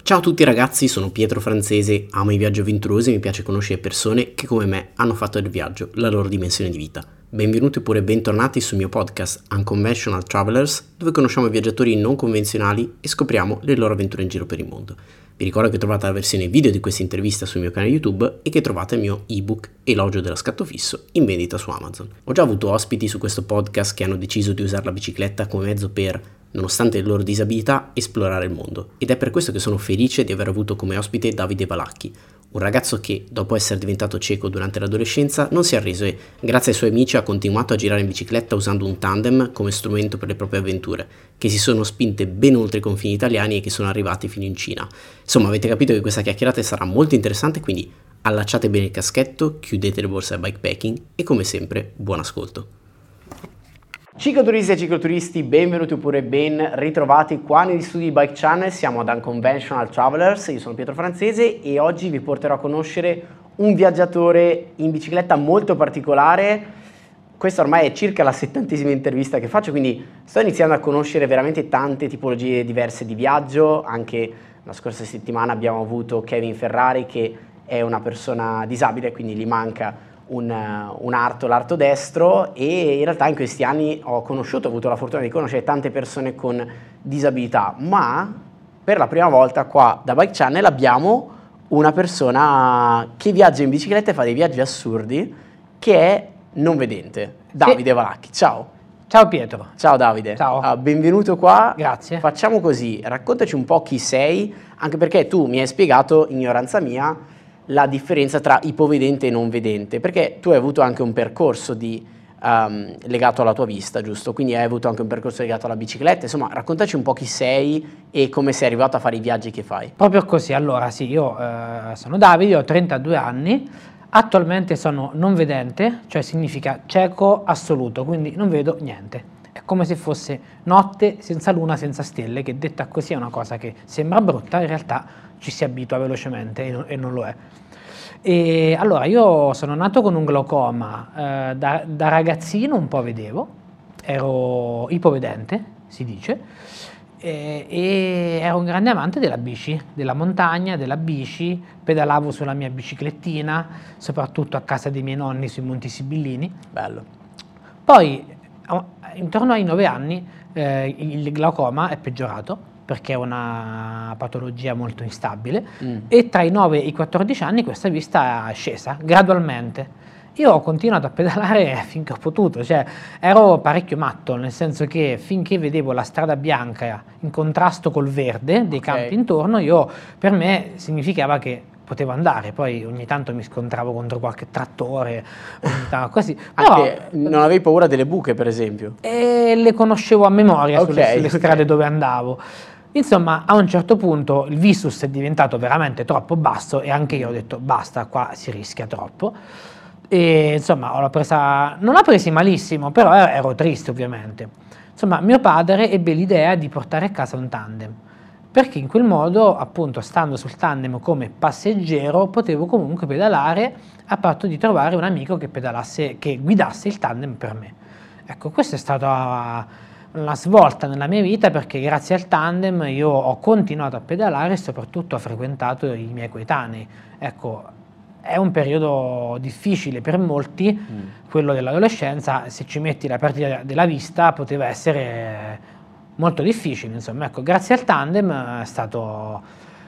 Ciao a tutti ragazzi, sono Pietro Francese, amo i viaggi avventurosi e mi piace conoscere persone che come me hanno fatto del viaggio la loro dimensione di vita. Benvenuti oppure bentornati sul mio podcast Unconventional Travelers, dove conosciamo i viaggiatori non convenzionali e scopriamo le loro avventure in giro per il mondo. Vi ricordo che trovate la versione video di questa intervista sul mio canale YouTube e che trovate il mio ebook Elogio dello scatto fisso in vendita su Amazon. Ho già avuto ospiti su questo podcast che hanno deciso di usare la bicicletta come mezzo per, nonostante le loro disabilità, esplorare il mondo. Ed è per questo che sono felice di aver avuto come ospite Davide Valacchi, un ragazzo che, dopo essere diventato cieco durante l'adolescenza, non si è arreso e, grazie ai suoi amici, ha continuato a girare in bicicletta usando un tandem come strumento per le proprie avventure, che si sono spinte ben oltre i confini italiani e che sono arrivati fino in Cina. Insomma, avete capito che questa chiacchierata sarà molto interessante, quindi allacciate bene il caschetto, chiudete le borse da bikepacking e, come sempre, buon ascolto. Cicloturisti e cicloturisti, benvenuti oppure ben ritrovati qua negli studi di Bike Channel. Siamo ad Unconventional Travelers, io sono Pietro Francese e oggi vi porterò a conoscere un viaggiatore in bicicletta molto particolare. Questa ormai è circa la 70esima intervista che faccio, quindi sto iniziando a conoscere veramente tante tipologie diverse di viaggio. Anche la scorsa settimana abbiamo avuto Kevin Ferrari, che è una persona disabile, quindi gli manca un arto, l'arto destro, e in realtà in questi anni ho avuto la fortuna di conoscere tante persone con disabilità, ma per la prima volta qua da Bike Channel abbiamo una persona che viaggia in bicicletta e fa dei viaggi assurdi, che è non vedente, Davide Valacchi. Ciao. Ciao Pietro. Ciao Davide. Ciao. Benvenuto qua. Grazie. Facciamo così, raccontaci un po' chi sei, anche perché tu mi hai spiegato, ignoranza mia, la differenza tra ipovedente e non vedente, perché tu hai avuto anche un percorso legato alla tua vista, giusto? Quindi hai avuto anche un percorso legato alla bicicletta. Insomma, raccontaci un po' chi sei e come sei arrivato a fare i viaggi che fai. Proprio così. Allora sì, io sono Davide, ho 32 anni, attualmente sono non vedente, cioè significa cieco assoluto, quindi non vedo niente. È come se fosse notte senza luna, senza stelle, che detta così è una cosa che sembra brutta, in realtà ci si abitua velocemente e non lo è. E allora io sono nato con un glaucoma, da ragazzino un po' vedevo, ero ipovedente, si dice, e ero un grande amante della bici, della montagna, della bici, pedalavo sulla mia biciclettina, soprattutto a casa dei miei nonni sui Monti Sibillini. Bello. Poi intorno ai 9 anni il glaucoma è peggiorato, perché è una patologia molto instabile, e tra i 9 e i 14 anni questa vista è scesa gradualmente. Io ho continuato a pedalare finché ho potuto, cioè ero parecchio matto, nel senso che finché vedevo la strada bianca in contrasto col verde dei campi intorno, per me significava che potevo andare. Poi ogni tanto mi scontravo contro qualche trattore, così. Anche non avevi paura delle buche, per esempio? E le conoscevo a memoria sulle strade dove andavo. Insomma, a un certo punto il visus è diventato veramente troppo basso e anche io ho detto basta, qua si rischia troppo. E insomma, non l'ho presi malissimo, però ero triste ovviamente. Insomma, mio padre ebbe l'idea di portare a casa un tandem, perché in quel modo, appunto, stando sul tandem come passeggero, potevo comunque pedalare, a patto di trovare un amico che guidasse il tandem per me. Ecco, questa è stata una svolta nella mia vita, perché grazie al tandem io ho continuato a pedalare e soprattutto ho frequentato i miei coetanei. Ecco, è un periodo difficile per molti, quello dell'adolescenza. Se ci metti la partita della vista poteva essere molto difficile, insomma. Ecco, grazie al tandem è stato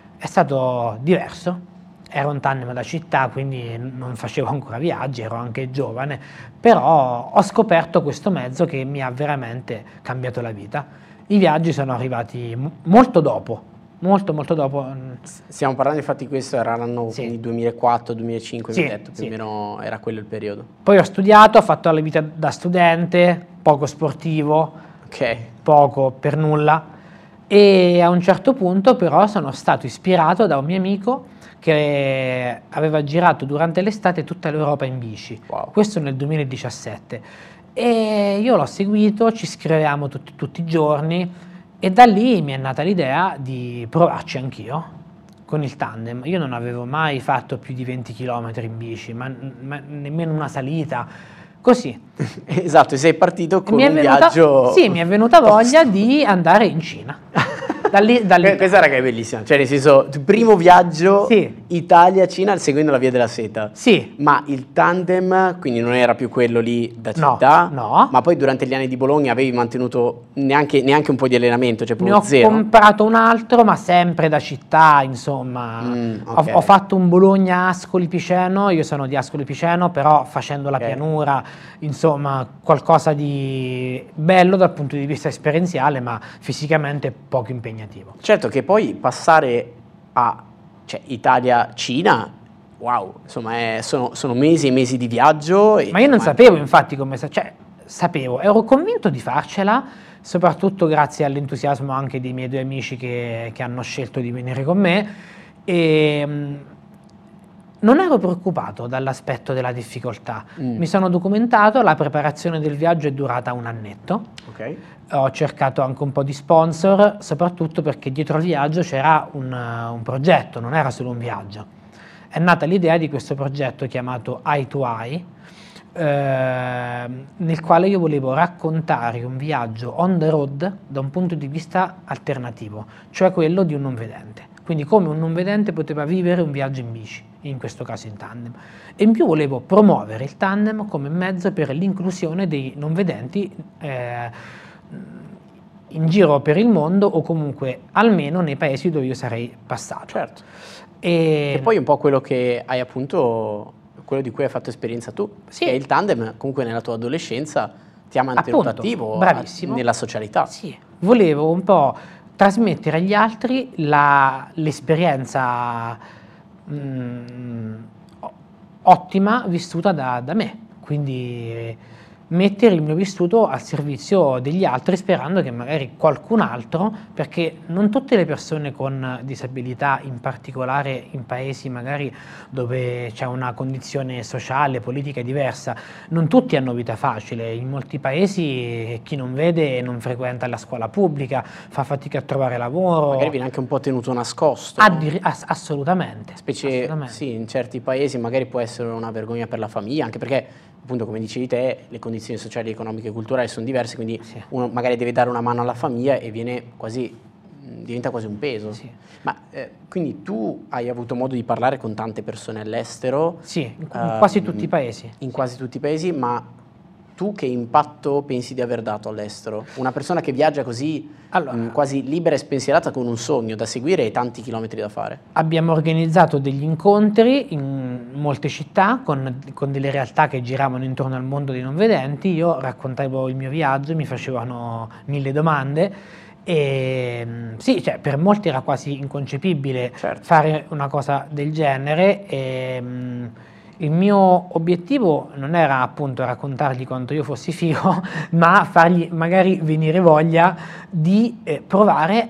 diverso. Era un tandem da città, quindi non facevo ancora viaggi, ero anche giovane, però ho scoperto questo mezzo che mi ha veramente cambiato la vita. I viaggi sono arrivati molto dopo, molto dopo. Stiamo parlando, infatti, questo era l'anno 2004-2005, mi hai detto, più o meno era quello il periodo. Poi ho studiato, ho fatto la vita da studente, poco sportivo, poco per nulla, e a un certo punto però sono stato ispirato da un mio amico che aveva girato durante l'estate tutta l'Europa in bici. Wow. Questo nel 2017, e io l'ho seguito, ci scrivevamo tutti i giorni, e da lì mi è nata l'idea di provarci anch'io con il tandem. Io non avevo mai fatto più di 20 km in bici, ma nemmeno una salita, così. Esatto, sei partito con un viaggio. Sì, mi è venuta voglia di andare in Cina. Questa raga è bellissima, cioè nel senso, il primo viaggio Italia-Cina seguendo la via della seta. Sì. Ma il tandem, quindi non era più quello lì da città? No. Ma poi durante gli anni di Bologna avevi mantenuto neanche un po' di allenamento, cioè proprio zero? Ne ho comprato un altro, ma sempre da città, insomma. Okay. Ho fatto un Bologna-Ascoli Piceno, io sono di Ascoli Piceno, però facendo la pianura, insomma, qualcosa di bello dal punto di vista esperienziale, ma fisicamente poco impegnativo. Certo che poi passare a Italia-Cina, wow, insomma sono mesi e mesi di viaggio. Ma io non sapevo infatti come, sapevo, ero convinto di farcela, soprattutto grazie all'entusiasmo anche dei miei 2 amici che hanno scelto di venire con me, e non ero preoccupato dall'aspetto della difficoltà. Mi sono documentato, la preparazione del viaggio è durata 1 annetto. Okay. Ho cercato anche un po' di sponsor, soprattutto perché dietro al viaggio c'era un progetto, non era solo un viaggio. È nata l'idea di questo progetto chiamato Eye to Eye, nel quale io volevo raccontare un viaggio on the road da un punto di vista alternativo, cioè quello di un non vedente. Quindi come un non vedente poteva vivere un viaggio in bici, in questo caso in tandem. E in più volevo promuovere il tandem come mezzo per l'inclusione dei non vedenti in giro per il mondo, o comunque almeno nei paesi dove io sarei passato. Certo. E poi un po' quello che hai appunto, quello di cui hai fatto esperienza tu, sì. Che il tandem comunque nella tua adolescenza ti ha mantenuto attivo nella socialità. Sì, volevo un po' trasmettere agli altri l'esperienza ottima vissuta da me, quindi mettere il mio vissuto al servizio degli altri, sperando che magari qualcun altro, perché non tutte le persone con disabilità, in particolare in paesi magari dove c'è una condizione sociale, politica diversa, non tutti hanno vita facile. In molti paesi chi non vede non frequenta la scuola pubblica, fa fatica a trovare lavoro. Magari viene anche un po' tenuto nascosto. Assolutamente. Specie, sì, in certi paesi magari può essere una vergogna per la famiglia, anche perché appunto come dicevi te le condizioni sociali, economiche e culturali sono diverse, quindi uno magari deve dare una mano alla famiglia e diventa quasi un peso. Sì. Ma quindi tu hai avuto modo di parlare con tante persone all'estero? Sì, in quasi tutti i paesi. In quasi tutti i paesi, ma tu che impatto pensi di aver dato all'estero? Una persona che viaggia così quasi libera e spensierata, con un sogno da seguire e tanti chilometri da fare. Abbiamo organizzato degli incontri in molte città con delle realtà che giravano intorno al mondo dei non vedenti. Io raccontavo il mio viaggio, mi facevano 1000 domande e sì, per molti era quasi inconcepibile fare una cosa del genere. Il mio obiettivo non era appunto raccontargli quanto io fossi figo, ma fargli magari venire voglia di provare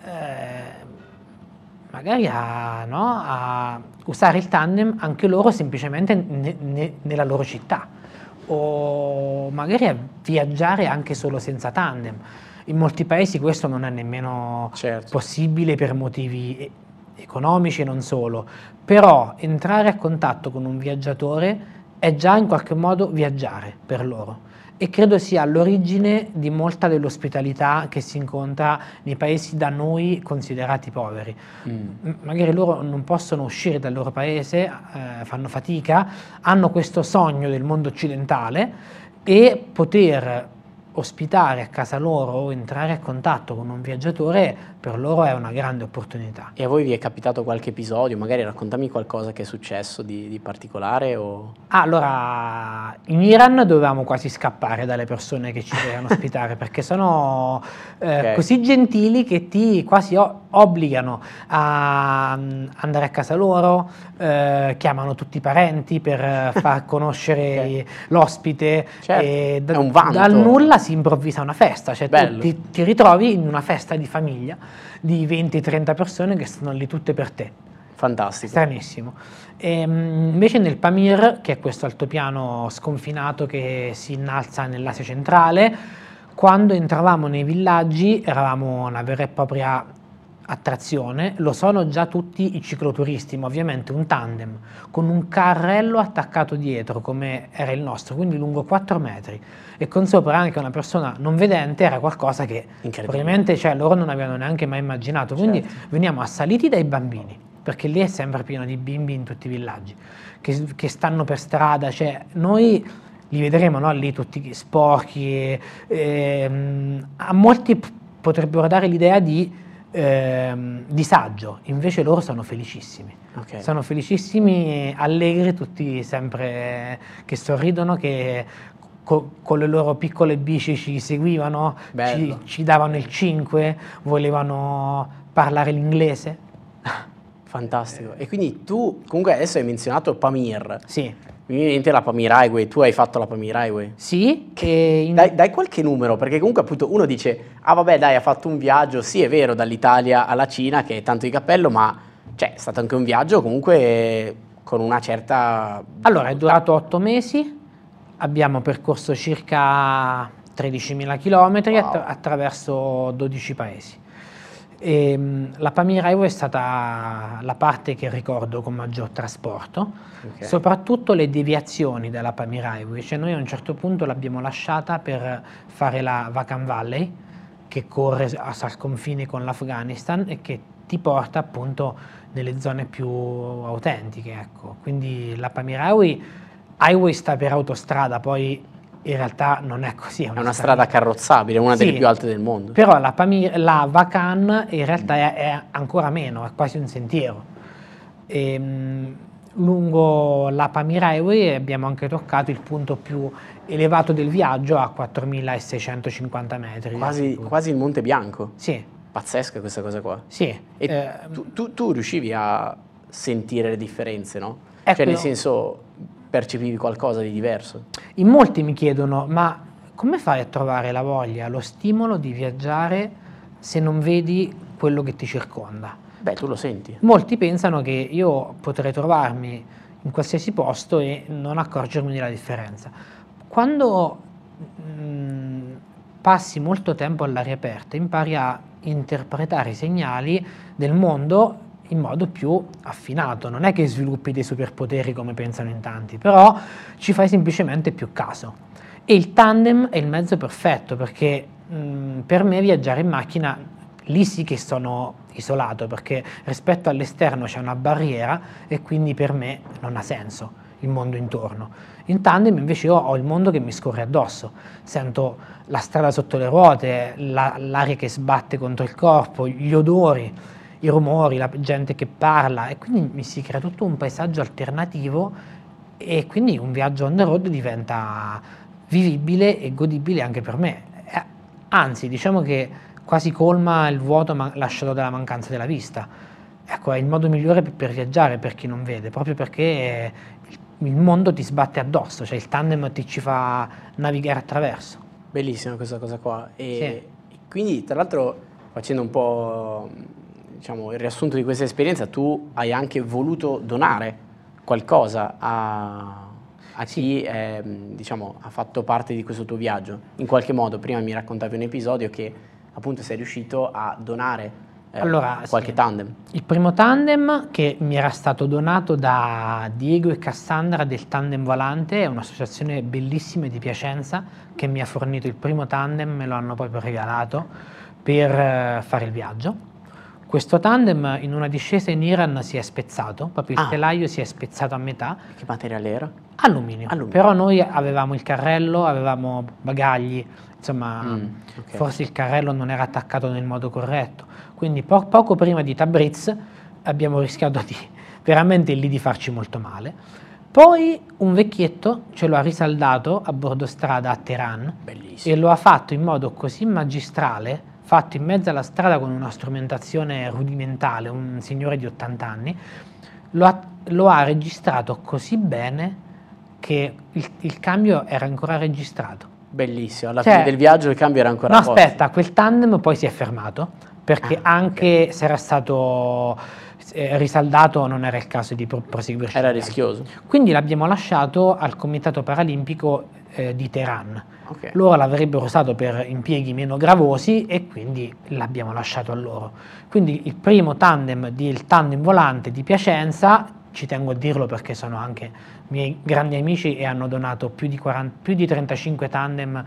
magari a usare il tandem anche loro semplicemente nella loro città, o magari a viaggiare anche solo senza tandem. In molti paesi questo non è nemmeno possibile per motivi economici e non solo, però entrare a contatto con un viaggiatore è già in qualche modo viaggiare per loro, e credo sia all'origine di molta dell'ospitalità che si incontra nei paesi da noi considerati poveri. Magari loro non possono uscire dal loro paese, fanno fatica, hanno questo sogno del mondo occidentale, e poter ospitare a casa loro o entrare a contatto con un viaggiatore per loro è una grande opportunità. E a voi vi è capitato qualche episodio? Magari raccontami qualcosa che è successo di particolare o... Allora, in Iran dovevamo quasi scappare dalle persone che ci volevano ospitare, perché sono così gentili che ti quasi obbligano a andare a casa loro, chiamano tutti i parenti per far conoscere l'ospite, e è un vanto. Dal nulla si improvvisa una festa, tu ti ritrovi in una festa di famiglia di 20-30 persone che stanno lì tutte per te. Fantastico. Stranissimo. Invece nel Pamir, che è questo altopiano sconfinato che si innalza nell'Asia centrale, quando entravamo nei villaggi eravamo una vera e propria attrazione, lo sono già tutti i cicloturisti, ma ovviamente un tandem con un carrello attaccato dietro come era il nostro, quindi lungo 4 metri e con sopra anche una persona non vedente, era qualcosa che probabilmente loro non avevano neanche mai immaginato, quindi veniamo assaliti dai bambini, perché lì è sempre pieno di bimbi in tutti i villaggi, che stanno per strada, noi li vedremo, no? Lì tutti sporchi, a molti potrebbero dare l'idea di disagio, invece loro sono felicissimi, sono felicissimi, allegri, tutti sempre che sorridono, che con le loro piccole bici ci seguivano, ci davano il 5, volevano parlare l'inglese. Fantastico. E quindi tu comunque adesso hai menzionato Pamir. Sì. Mi viene in mente la Pamir Highway, tu hai fatto la Pamir Highway? Sì. Dai qualche numero, perché comunque appunto uno dice, vabbè dai, ha fatto un viaggio, sì è vero, dall'Italia alla Cina, che è tanto di cappello, ma è stato anche un viaggio comunque con una certa... Allora, è durato 8 mesi, abbiamo percorso circa 13.000 chilometri attraverso 12 paesi. La Pamir Highway è stata la parte che ricordo con maggior trasporto, soprattutto le deviazioni della Pamir Highway, noi a un certo punto l'abbiamo lasciata per fare la Wakhan Valley, che corre al confine con l'Afghanistan e che ti porta appunto nelle zone più autentiche, ecco. Quindi la Pamir Highway sta per autostrada, poi in realtà non è così. È una strada carrozzabile, una delle più alte del mondo. Però la Wakhan in realtà è ancora meno, è quasi un sentiero. Lungo la Pamir Highway abbiamo anche toccato il punto più elevato del viaggio a 4.650 metri. Quasi il Monte Bianco. Sì. Pazzesca questa cosa qua. Sì. E tu riuscivi a sentire le differenze, no? Ecco, nel senso, percepivi qualcosa di diverso? In molti mi chiedono, ma come fai a trovare la voglia, lo stimolo di viaggiare se non vedi quello che ti circonda? Beh, tu lo senti. Molti pensano che io potrei trovarmi in qualsiasi posto e non accorgermi della differenza. Quando passi molto tempo all'aria aperta, impari a interpretare i segnali del mondo in modo più affinato. Non è che sviluppi dei superpoteri come pensano in tanti, però ci fai semplicemente più caso. E il tandem è il mezzo perfetto, perché per me viaggiare in macchina, lì sì che sono isolato, perché rispetto all'esterno c'è una barriera e quindi per me non ha senso il mondo intorno. In tandem invece io ho il mondo che mi scorre addosso, sento la strada sotto le ruote, l'aria che sbatte contro il corpo, gli odori, i rumori, la gente che parla, e quindi mi si crea tutto un paesaggio alternativo e quindi un viaggio on the road diventa vivibile e godibile anche per me. Anzi, diciamo che quasi colma il vuoto lasciato dalla mancanza della vista. Ecco, è il modo migliore per viaggiare per chi non vede, proprio perché il mondo ti sbatte addosso, il tandem ci fa navigare attraverso. Bellissima questa cosa qua. E quindi, tra l'altro, facendo un po' il riassunto di questa esperienza, tu hai anche voluto donare qualcosa a chi ha fatto parte di questo tuo viaggio. In qualche modo, prima mi raccontavi un episodio che appunto sei riuscito a donare qualche tandem. Il primo tandem che mi era stato donato da Diego e Cassandra del Tandem Volante, è un'associazione bellissima di Piacenza che mi ha fornito il primo tandem, me lo hanno proprio regalato per fare il viaggio. Questo tandem in una discesa in Iran si è spezzato, proprio il telaio si è spezzato a metà. Che materiale era? Alluminio. Però noi avevamo il carrello, avevamo bagagli, insomma, forse il carrello non era attaccato nel modo corretto. Quindi poco prima di Tabriz abbiamo rischiato veramente lì di farci molto male. Poi un vecchietto ce lo ha risaldato a bordo strada a Teheran. Bellissimo. E lo ha fatto in modo così magistrale, fatto in mezzo alla strada con una strumentazione rudimentale, un signore di 80 anni, lo ha registrato così bene che il cambio era ancora registrato. Bellissimo, alla fine del viaggio il cambio era ancora a posto. Aspetta, quel tandem poi si è fermato, perché anche se era stato risaldato non era il caso di proseguirci. Era rischioso. Quindi l'abbiamo lasciato al Comitato Paralimpico di Teheran. Okay. Loro l'avrebbero usato per impieghi meno gravosi e quindi l'abbiamo lasciato a loro. Quindi il primo tandem, il tandem volante di Piacenza, ci tengo a dirlo perché sono anche miei grandi amici e hanno donato più di 35 tandem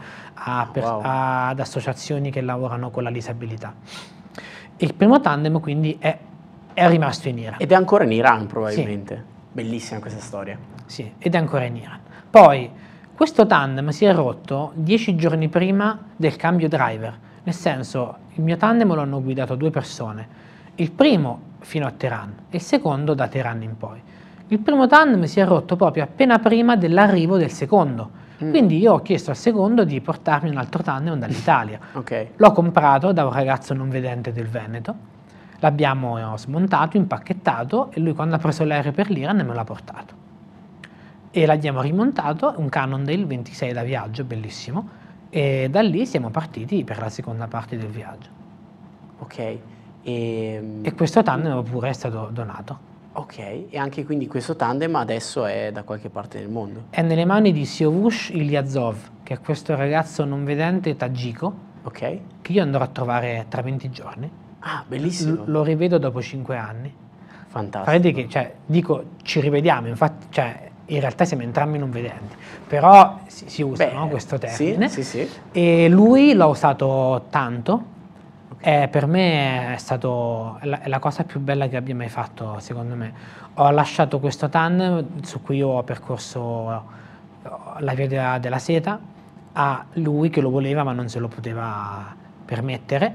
ad associazioni che lavorano con la disabilità. Il primo tandem quindi è rimasto in Iran. Ed è ancora in Iran probabilmente. Sì. Bellissima questa storia. Sì, ed è ancora in Iran. Poi questo tandem si è rotto 10 giorni prima del cambio driver, nel senso il mio tandem lo hanno guidato 2 persone, il primo fino a Teheran e il secondo da Teheran in poi. Il primo tandem si è rotto proprio appena prima dell'arrivo del secondo. Quindi io ho chiesto al secondo di portarmi un altro tandem dall'Italia. Okay. L'ho comprato da un ragazzo non vedente del Veneto, l'abbiamo smontato, impacchettato e lui quando ha preso l'aereo per l'Iran me l'ha portato. E l'abbiamo rimontato, un Cannondale 26 da viaggio, bellissimo, e da lì siamo partiti per la seconda parte del viaggio. Ok. E questo tandem pure è stato donato. Ok, e anche quindi questo tandem adesso è da qualche parte del mondo? È nelle mani di Siavush Ilyazov, che è questo ragazzo non vedente tagico, okay, che io andrò a trovare tra 20 giorni. Ah, bellissimo. Lo rivedo dopo 5 anni. Fantastico. Che, cioè, dico, ci rivediamo, infatti, cioè, in realtà siamo entrambi non vedenti, però si usa, no, questo termine. Sì, sì, sì. E lui l'ha usato tanto. Per me è stato la cosa più bella che abbia mai fatto, secondo me. Ho lasciato questo tandem su cui io ho percorso la via della seta a lui che lo voleva ma non se lo poteva permettere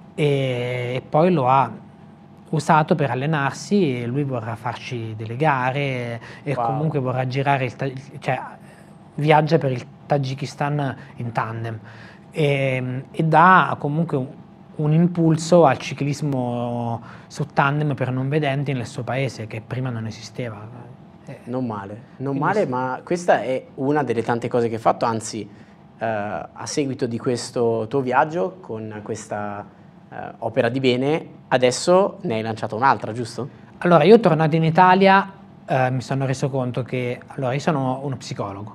e poi lo ha usato per allenarsi e lui vorrà farci delle gare e comunque vorrà girare, cioè viaggia per il Tagikistan in tandem e dà comunque un impulso al ciclismo su tandem per non vedenti nel suo paese che prima non esisteva. Non male, ma questa è una delle tante cose che hai fatto, anzi a seguito di questo tuo viaggio con questa opera di bene, adesso ne hai lanciata un'altra, giusto? Allora, io tornato in Italia mi sono reso conto che, allora io sono uno psicologo,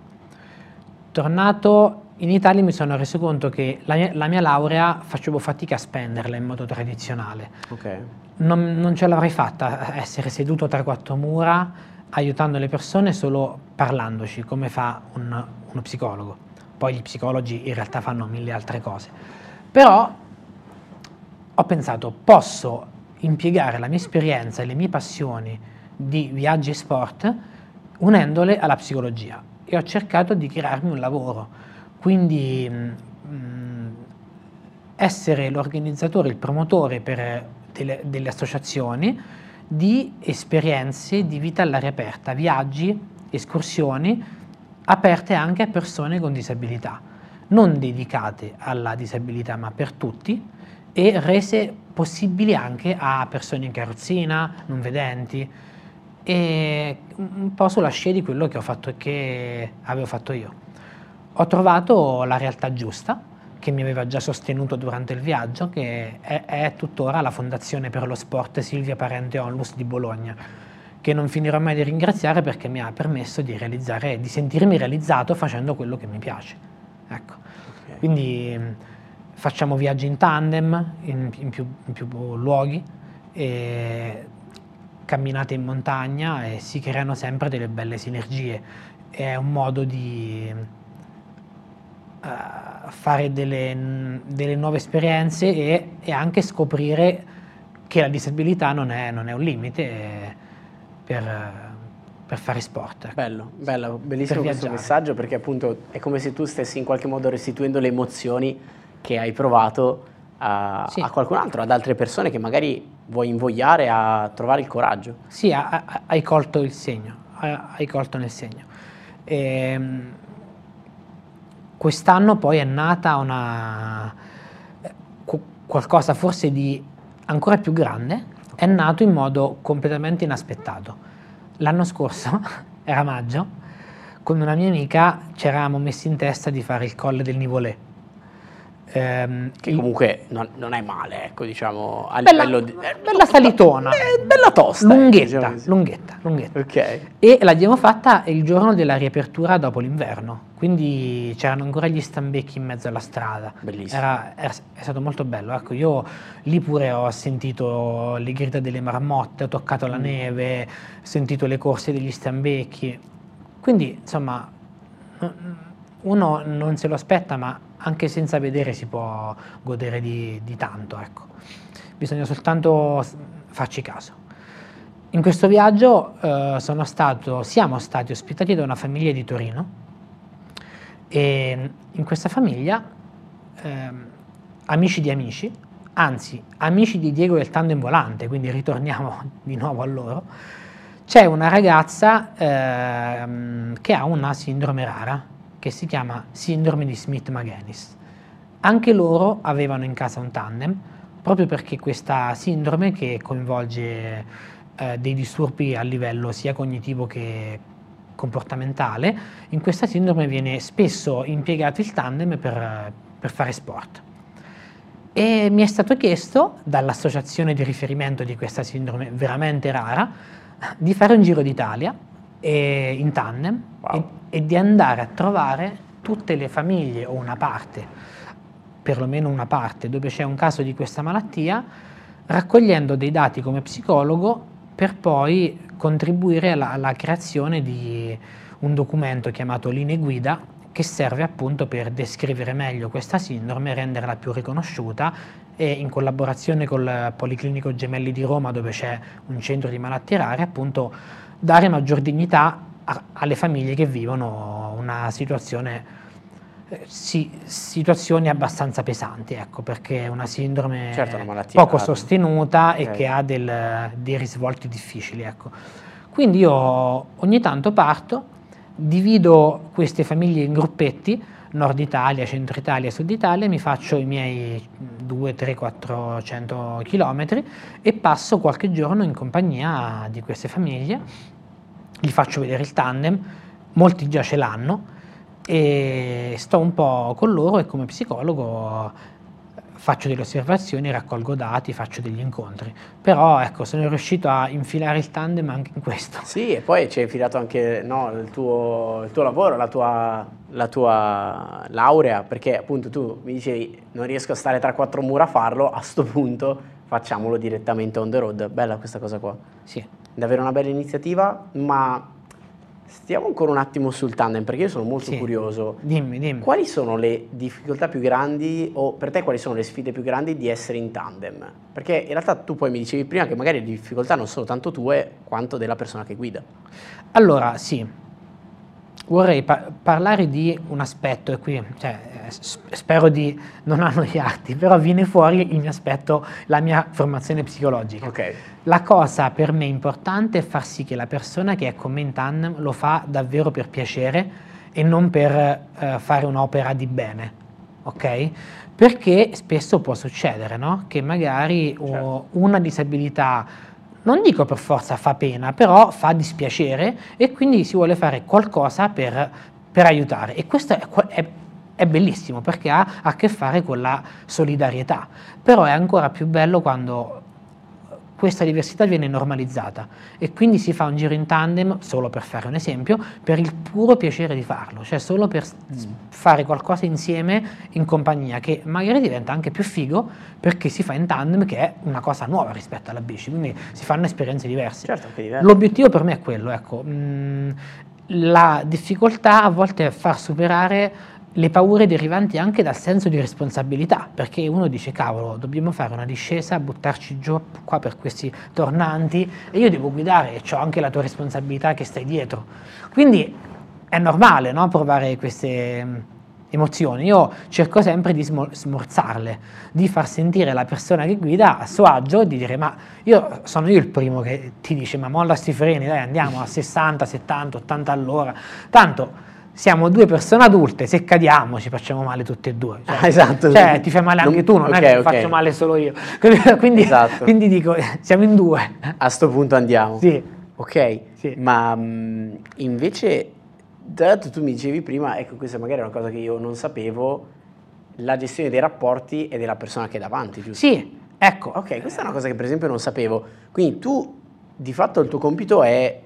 tornato in Italia mi sono reso conto che la mia laurea facevo fatica a spenderla in modo tradizionale. Okay. Non ce l'avrei fatta a essere seduto tra 4 mura aiutando le persone solo parlandoci, come fa uno psicologo. Poi gli psicologi in realtà fanno 1000 altre cose. Però ho pensato, posso impiegare la mia esperienza e le mie passioni di viaggi e sport unendole alla psicologia. E ho cercato di crearmi un lavoro. Quindi essere l'organizzatore, il promotore per delle associazioni di esperienze di vita all'aria aperta, viaggi, escursioni aperte anche a persone con disabilità, non dedicate alla disabilità ma per tutti e rese possibili anche a persone in carrozzina, non vedenti e un po' sulla scia di quello che ho fatto e che avevo fatto io. Ho trovato la realtà giusta, che mi aveva già sostenuto durante il viaggio, che è tuttora la Fondazione per lo Sport Silvia Parente Onlus di Bologna, che non finirò mai di ringraziare perché mi ha permesso di sentirmi realizzato facendo quello che mi piace. Ecco. Okay. Quindi facciamo viaggi in tandem, in più luoghi, e camminate in montagna e si creano sempre delle belle sinergie. È un modo di fare delle nuove esperienze e anche scoprire che la disabilità non è un limite per fare sport. Bello, bellissimo questo messaggio perché appunto è come se tu stessi in qualche modo restituendo le emozioni che hai provato a qualcun altro, ad altre persone che magari vuoi invogliare a trovare il coraggio. Sì, hai colto il segno, hai colto nel segno. Quest'anno poi è nata qualcosa forse di ancora più grande, è nato in modo completamente inaspettato. L'anno scorso, era maggio, con una mia amica ci eravamo messi in testa di fare il Colle del Nivolé. che comunque non è male, ecco, diciamo, a bella, livello bella salitona, bella tosta, lunghetta, diciamo lunghetta. Ok. E l'abbiamo fatta il giorno della riapertura dopo l'inverno, quindi c'erano ancora gli stambecchi in mezzo alla strada. Bellissimo. È stato molto bello, ecco, io lì pure ho sentito le grida delle marmotte, ho toccato la neve, ho sentito le corse degli stambecchi, quindi insomma uno non se lo aspetta, ma anche senza vedere si può godere di tanto, ecco. Bisogna soltanto farci caso. In questo viaggio siamo stati ospitati da una famiglia di Torino e in questa famiglia amici di amici, anzi amici di Diego del Tandem Volante, quindi ritorniamo di nuovo a loro, c'è una ragazza che ha una sindrome rara che si chiama sindrome di Smith-Magenis. Anche loro avevano in casa un tandem, proprio perché questa sindrome, che coinvolge dei disturbi a livello sia cognitivo che comportamentale, in questa sindrome viene spesso impiegato il tandem per fare sport. E mi è stato chiesto dall'associazione di riferimento di questa sindrome veramente rara di fare un giro d'Italia in tandem. Wow. E di andare a trovare tutte le famiglie o una parte, perlomeno una parte, dove c'è un caso di questa malattia, raccogliendo dei dati come psicologo per poi contribuire alla creazione di un documento chiamato Linee Guida, che serve appunto per descrivere meglio questa sindrome, renderla più riconosciuta e in collaborazione col Policlinico Gemelli di Roma, dove c'è un centro di malattie rare, appunto dare maggior dignità alle famiglie che vivono una situazioni abbastanza pesanti, ecco, perché è una sindrome certo, una malattia poco sostenuta e che ha dei risvolti difficili, ecco. Quindi io ogni tanto parto, divido queste famiglie in gruppetti, Nord Italia, Centro Italia, Sud Italia, mi faccio i miei 200, 300, 400 chilometri e passo qualche giorno in compagnia di queste famiglie. Gli faccio vedere il tandem, molti già ce l'hanno e sto un po' con loro e come psicologo faccio delle osservazioni, raccolgo dati, faccio degli incontri. Però ecco, sono riuscito a infilare il tandem anche in questo. Sì, e poi ci hai infilato anche il tuo lavoro, la tua laurea, perché appunto tu mi dicevi non riesco a stare tra quattro mura a farlo, a sto punto facciamolo direttamente on the road. Bella questa cosa qua. Sì. Davvero una bella iniziativa, ma stiamo ancora un attimo sul tandem, perché io sono molto curioso. Dimmi. Quali sono le difficoltà più grandi, o per te quali sono le sfide più grandi di essere in tandem? Perché in realtà tu poi mi dicevi prima che magari le difficoltà non sono tanto tue quanto della persona che guida. Allora, sì, vorrei parlare di un aspetto, e qui spero di non annoiarti, però viene fuori il mio aspetto, la mia formazione psicologica. Ok. La cosa per me importante è far sì che la persona che è con me in tandem lo fa davvero per piacere e non per fare un'opera di bene, ok? Perché spesso può succedere, no? Che magari una disabilità, non dico per forza fa pena, però fa dispiacere e quindi si vuole fare qualcosa per aiutare. E questo è bellissimo perché ha a che fare con la solidarietà, però è ancora più bello quando questa diversità viene normalizzata e quindi si fa un giro in tandem, solo per fare un esempio, per il puro piacere di farlo, cioè solo per fare qualcosa insieme in compagnia, che magari diventa anche più figo perché si fa in tandem, che è una cosa nuova rispetto alla bici, quindi si fanno esperienze diverse. Certo, anche diverse. L'obiettivo per me è quello, ecco. La difficoltà a volte è far superare le paure derivanti anche dal senso di responsabilità, perché uno dice cavolo, dobbiamo fare una discesa, buttarci giù qua per questi tornanti e io devo guidare e ho anche la tua responsabilità che stai dietro. Quindi è normale, no, provare queste emozioni. Io cerco sempre di smorzarle, di far sentire la persona che guida a suo agio e di dire ma sono io il primo che ti dice ma molla sti freni, dai andiamo a 60, 70, 80 all'ora, tanto siamo due persone adulte, se cadiamo ci facciamo male tutti e due. Esatto. Cioè ti fai male anche tu, non è che faccio male solo io. Quindi, esatto. Quindi dico, siamo in due. A sto punto andiamo. Sì. Ok, sì. Ma invece, tra l'altro tu mi dicevi prima, ecco questa magari è una cosa che io non sapevo, la gestione dei rapporti e della persona che è davanti, giusto? Sì, ecco. Ok, questa è una cosa che per esempio non sapevo. Quindi tu, di fatto, il tuo compito è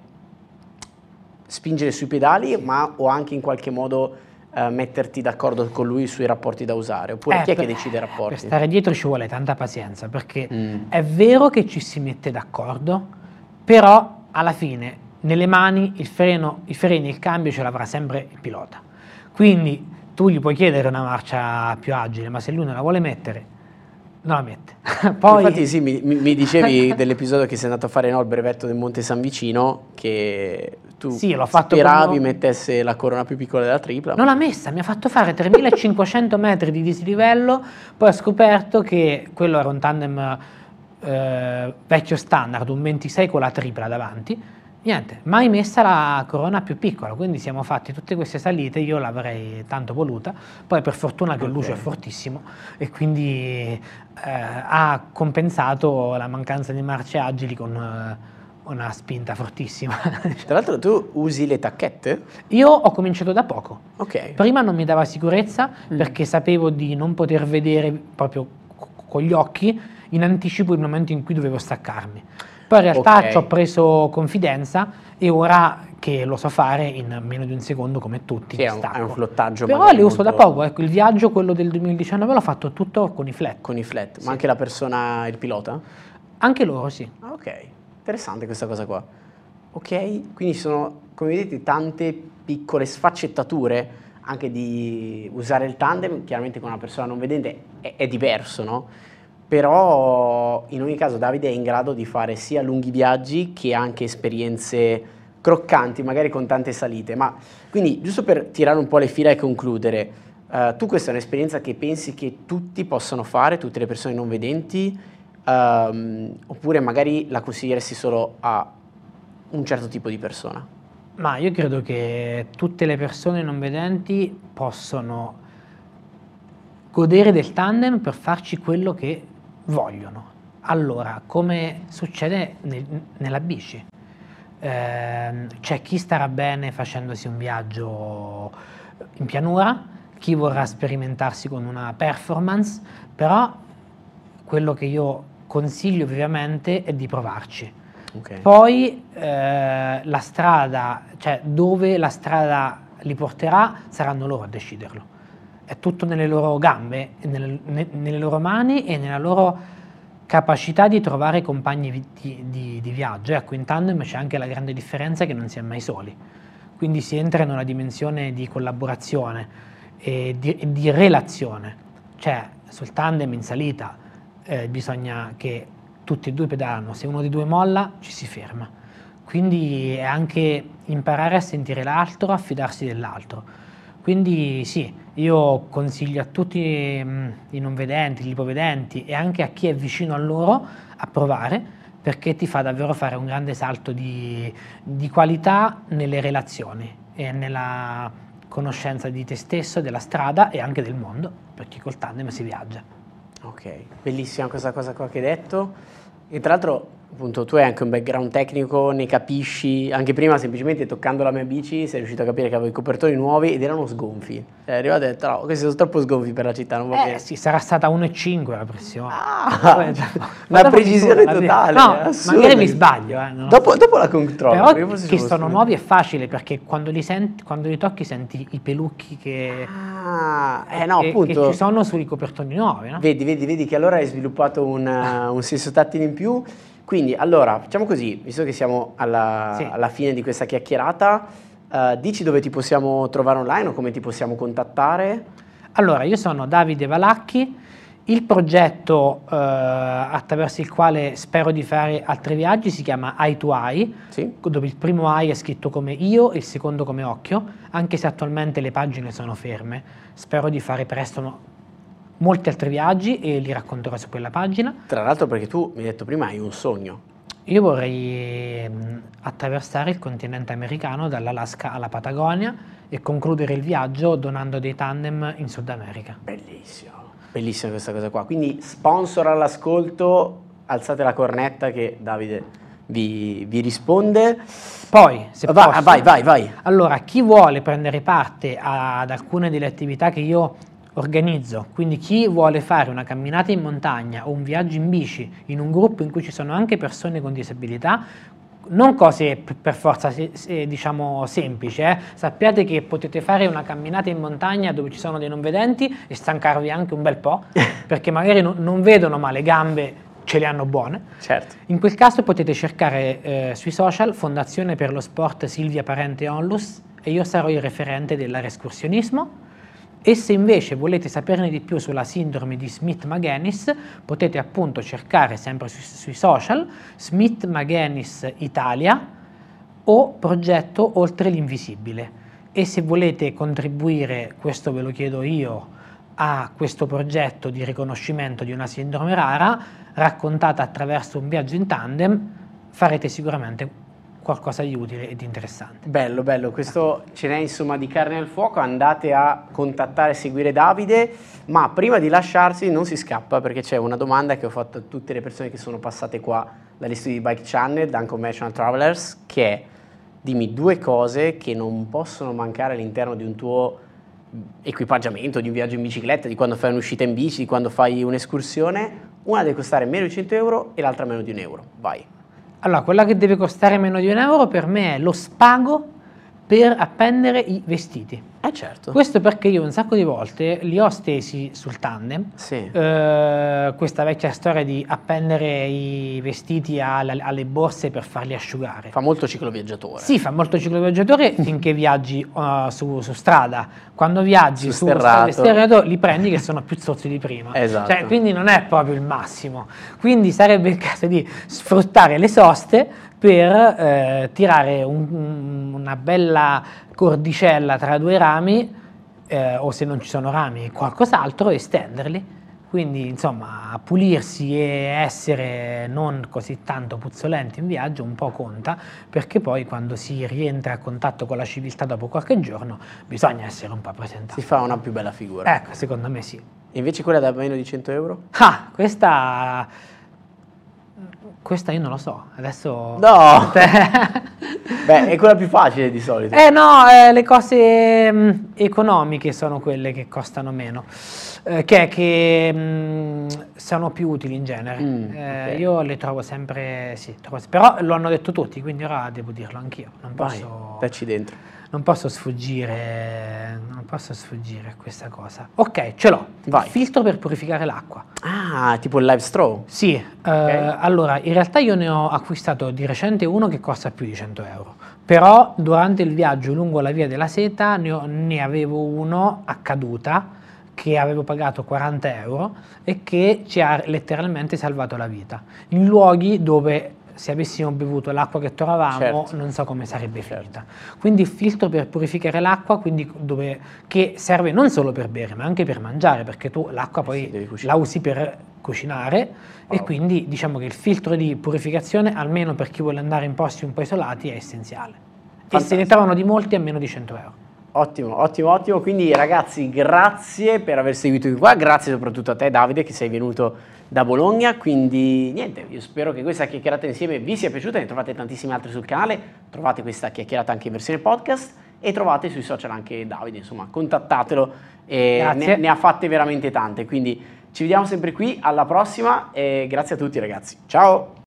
spingere sui pedali, ma o anche in qualche modo metterti d'accordo con lui sui rapporti da usare? Oppure chi è che decide i rapporti? Per stare dietro ci vuole tanta pazienza, perché è vero che ci si mette d'accordo, però alla fine nelle mani i freni e il cambio ce l'avrà sempre il pilota. Quindi tu gli puoi chiedere una marcia più agile, ma se lui non la vuole mettere, non la mette. Poi... Infatti sì, mi dicevi dell'episodio che sei andato a fare il brevetto del Monte San Vicino, che tu speravi mettesse la corona più piccola della tripla. Non l'ha messa, mi ha fatto fare 3500 metri di dislivello, poi ho scoperto che quello era un tandem vecchio standard, un 26 con la tripla davanti. Niente, mai messa la corona più piccola, quindi siamo fatti tutte queste salite, io l'avrei tanto voluta, poi per fortuna che il Lucio è fortissimo e quindi ha compensato la mancanza di marce agili con una spinta fortissima. Tra l'altro tu usi le tacchette? Io ho cominciato da poco, ok. Prima non mi dava sicurezza perché sapevo di non poter vedere proprio con gli occhi in anticipo il momento in cui dovevo staccarmi. Poi in realtà ci ho preso confidenza e ora che lo so fare in meno di un secondo come tutti. Sì, è un flottaggio. Però le uso da poco, ecco, il viaggio, quello del 2019, l'ho fatto tutto con i flat. Con i flat, sì. Ma anche la persona, il pilota? Anche loro, sì. Ah, ok, interessante questa cosa qua. Ok, quindi ci sono, come vedete, tante piccole sfaccettature anche di usare il tandem, chiaramente con una persona non vedente è diverso, no? Però in ogni caso Davide è in grado di fare sia lunghi viaggi che anche esperienze croccanti, magari con tante salite. Ma quindi, giusto per tirare un po' le fila e concludere, tu questa è un'esperienza che pensi che tutti possano fare, tutte le persone non vedenti, oppure magari la consiglieresti solo a un certo tipo di persona? Ma io credo che tutte le persone non vedenti possono godere del tandem per farci quello che vogliono. Allora, come succede nella bici, c'è chi starà bene facendosi un viaggio in pianura, chi vorrà sperimentarsi con una performance, però quello che io consiglio vivamente è di provarci. Okay. Poi la strada, cioè dove la strada li porterà, saranno loro a deciderlo. È tutto nelle loro gambe, nelle loro mani e nella loro capacità di trovare compagni di viaggio. Ecco, in tandem c'è anche la grande differenza che non si è mai soli. Quindi si entra in una dimensione di collaborazione e di relazione. Cioè, sul tandem in salita bisogna che tutti e due pedalano, se uno dei due molla ci si ferma. Quindi è anche imparare a sentire l'altro, a fidarsi dell'altro. Quindi sì, io consiglio a tutti i non vedenti, gli ipovedenti e anche a chi è vicino a loro a provare, perché ti fa davvero fare un grande salto di qualità nelle relazioni e nella conoscenza di te stesso, della strada e anche del mondo, perché col tandem si viaggia. Ok, bellissima questa cosa qua che hai detto. E tra l'altro, appunto, tu hai anche un background tecnico, ne capisci, anche prima semplicemente toccando la mia bici sei riuscito a capire che avevo i copertori nuovi ed erano sgonfi. Cioè, arrivato e ho detto, no, questi sono troppo sgonfi per la città, non va bene. Sì, sarà stata 1,5 la pressione. Una precisione totale. No, magari mi sbaglio. Dopo la controllo. Però che sono nuovi è facile, perché quando li tocchi senti i pelucchi che ci sono sui copertoni nuovi. No? Vedi che allora hai sviluppato un senso tattile in più. Quindi, allora, facciamo così, visto che siamo alla fine di questa chiacchierata, dici dove ti possiamo trovare online o come ti possiamo contattare? Allora, io sono Davide Valacchi, il progetto attraverso il quale spero di fare altri viaggi si chiama Eye to Eye, sì. Dove il primo eye è scritto come io e il secondo come occhio, anche se attualmente le pagine sono ferme. Spero di fare presto molti altri viaggi e li racconterò su quella pagina. Tra l'altro perché tu mi hai detto prima hai un sogno. Io vorrei attraversare il continente americano dall'Alaska alla Patagonia e concludere il viaggio donando dei tandem in Sud America. Bellissimo, bellissima questa cosa qua. Quindi sponsor all'ascolto, alzate la cornetta che Davide vi risponde. Poi, se posso, vai. Allora, chi vuole prendere parte ad alcune delle attività che io organizzo, quindi chi vuole fare una camminata in montagna o un viaggio in bici in un gruppo in cui ci sono anche persone con disabilità, non cose per forza diciamo semplici, sappiate che potete fare una camminata in montagna dove ci sono dei non vedenti e stancarvi anche un bel po', perché magari non vedono ma le gambe ce le hanno buone. Certo. In quel caso potete cercare sui social Fondazione per lo Sport Silvia Parente Onlus e io sarò il referente dell'escursionismo. E se invece volete saperne di più sulla sindrome di Smith-Magenis, potete appunto cercare sempre sui social Smith-Magenis Italia o progetto Oltre l'Invisibile. E se volete contribuire, questo ve lo chiedo io, a questo progetto di riconoscimento di una sindrome rara, raccontata attraverso un viaggio in tandem, farete sicuramente qualcosa di utile e di interessante. Bello, bello, questo ce n'è insomma di carne al fuoco, andate a contattare e seguire Davide, ma prima di lasciarsi non si scappa perché c'è una domanda che ho fatto a tutte le persone che sono passate qua dagli studi di Bike Channel, da Unconventional Travelers, che è: dimmi 2 cose che non possono mancare all'interno di un tuo equipaggiamento, di un viaggio in bicicletta, di quando fai un'uscita in bici, di quando fai un'escursione. Una deve costare meno di 100 euro e l'altra meno di €1. Vai. Allora, quella che deve costare meno di €1 per me è lo spago per appendere i vestiti. Certo. Questo perché io un sacco di volte li ho stesi sul tandem, Sì. Questa vecchia storia di appendere i vestiti alle borse per farli asciugare. Fa molto cicloviaggiatore. Sì, fa molto cicloviaggiatore finché viaggi su strada. Quando viaggi su strade sterrato li prendi che sono più zozzi di prima. Esatto. Cioè, quindi non è proprio il massimo. Quindi sarebbe il caso di sfruttare le soste per tirare una bella cordicella tra 2 rami, o se non ci sono rami qualcos'altro, e stenderli. Quindi insomma pulirsi e essere non così tanto puzzolenti in viaggio un po' conta, perché poi quando si rientra a contatto con la civiltà dopo qualche giorno bisogna essere un po' presentati. Si fa una più bella figura. Ecco, secondo me sì. E invece quella da meno di 100 euro? Questa io non lo so, adesso... No! Beh, è quella più facile di solito. No, le cose economiche sono quelle che costano meno, che sono più utili in genere. Okay. Io le trovo sempre, sì, però lo hanno detto tutti, quindi ora devo dirlo anch'io. Dacci dentro. Non posso sfuggire a questa cosa. Ok, ce l'ho. Vai. Filtro per purificare l'acqua. Ah, tipo il Live Straw? Sì, okay. Allora, in realtà io ne ho acquistato di recente uno che costa più di 100 euro, però durante il viaggio lungo la via della seta ne avevo uno a caduta che avevo pagato 40 euro e che ci ha letteralmente salvato la vita, in luoghi dove se avessimo bevuto l'acqua che trovavamo, certo, non so come sarebbe finita. Quindi il filtro per purificare l'acqua, che serve non solo per bere, ma anche per mangiare, perché tu l'acqua poi la usi per cucinare, e quindi diciamo che il filtro di purificazione, almeno per chi vuole andare in posti un po' isolati, è essenziale. Fantastico. E se ne trovano di molti a meno di 100 euro. Ottimo, ottimo, ottimo. Quindi ragazzi, grazie per aver seguito qua, grazie soprattutto a te Davide che sei venuto da Bologna. Quindi niente, io spero che questa chiacchierata insieme vi sia piaciuta, ne trovate tantissime altre sul canale, trovate questa chiacchierata anche in versione podcast e trovate sui social anche Davide, insomma contattatelo, ne ha fatte veramente tante, quindi ci vediamo sempre qui, alla prossima e grazie a tutti ragazzi, ciao!